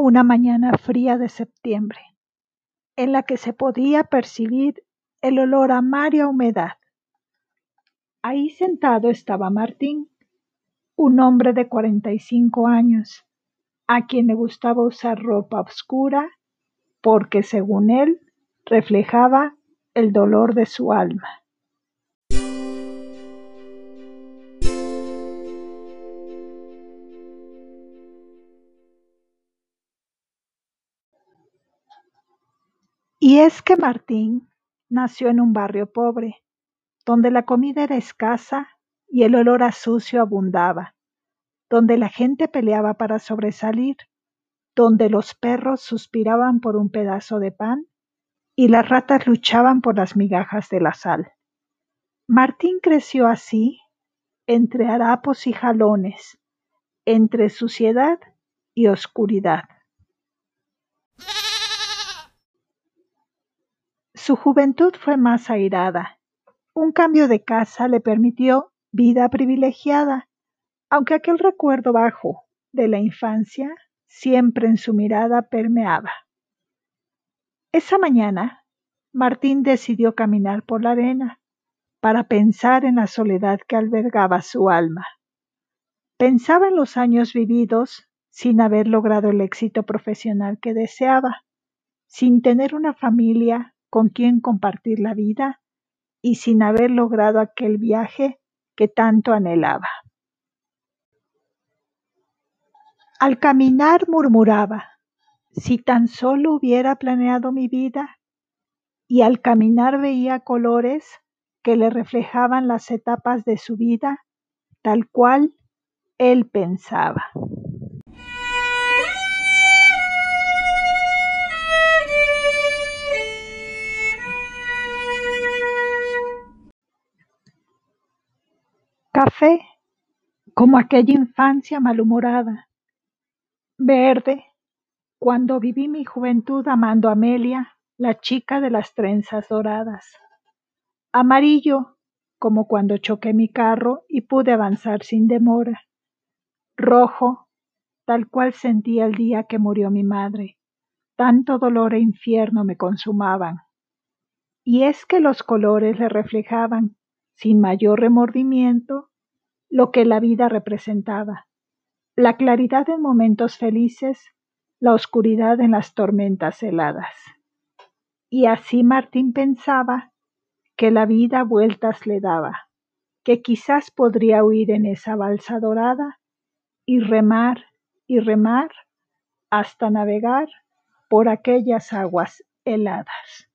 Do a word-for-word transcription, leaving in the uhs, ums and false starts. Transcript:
una mañana fría de septiembre, en la que se podía percibir el olor a mar y a humedad. Ahí sentado estaba Martín, un hombre de cuarenta y cinco años, a quien le gustaba usar ropa oscura porque, según él, reflejaba el dolor de su alma. Y es que Martín nació en un barrio pobre, donde la comida era escasa y el olor a sucio abundaba, donde la gente peleaba para sobresalir, donde los perros suspiraban por un pedazo de pan y las ratas luchaban por las migajas de la sal. Martín creció así, entre harapos y jalones, entre suciedad y oscuridad. Su juventud fue más airada. Un cambio de casa le permitió vida privilegiada, aunque aquel recuerdo bajo de la infancia siempre en su mirada permeaba. Esa mañana, Martín decidió caminar por la arena para pensar en la soledad que albergaba su alma. Pensaba en los años vividos sin haber logrado el éxito profesional que deseaba, sin tener una familia con quien compartir la vida y sin haber logrado aquel viaje que tanto anhelaba. Al caminar murmuraba, si tan solo hubiera planeado mi vida, y al caminar veía colores que le reflejaban las etapas de su vida, tal cual él pensaba. Café, como aquella infancia malhumorada. Verde, cuando viví mi juventud amando a Amelia, la chica de las trenzas doradas. Amarillo, como cuando choqué mi carro y pude avanzar sin demora. Rojo, tal cual sentí el día que murió mi madre. Tanto dolor e infierno me consumaban. Y es que los colores le reflejaban, sin mayor remordimiento, lo que la vida representaba. La claridad en momentos felices, la oscuridad en las tormentas heladas. Y así Martín pensaba que la vida vueltas le daba, que quizás podría huir en esa balsa dorada y remar y remar hasta navegar por aquellas aguas heladas.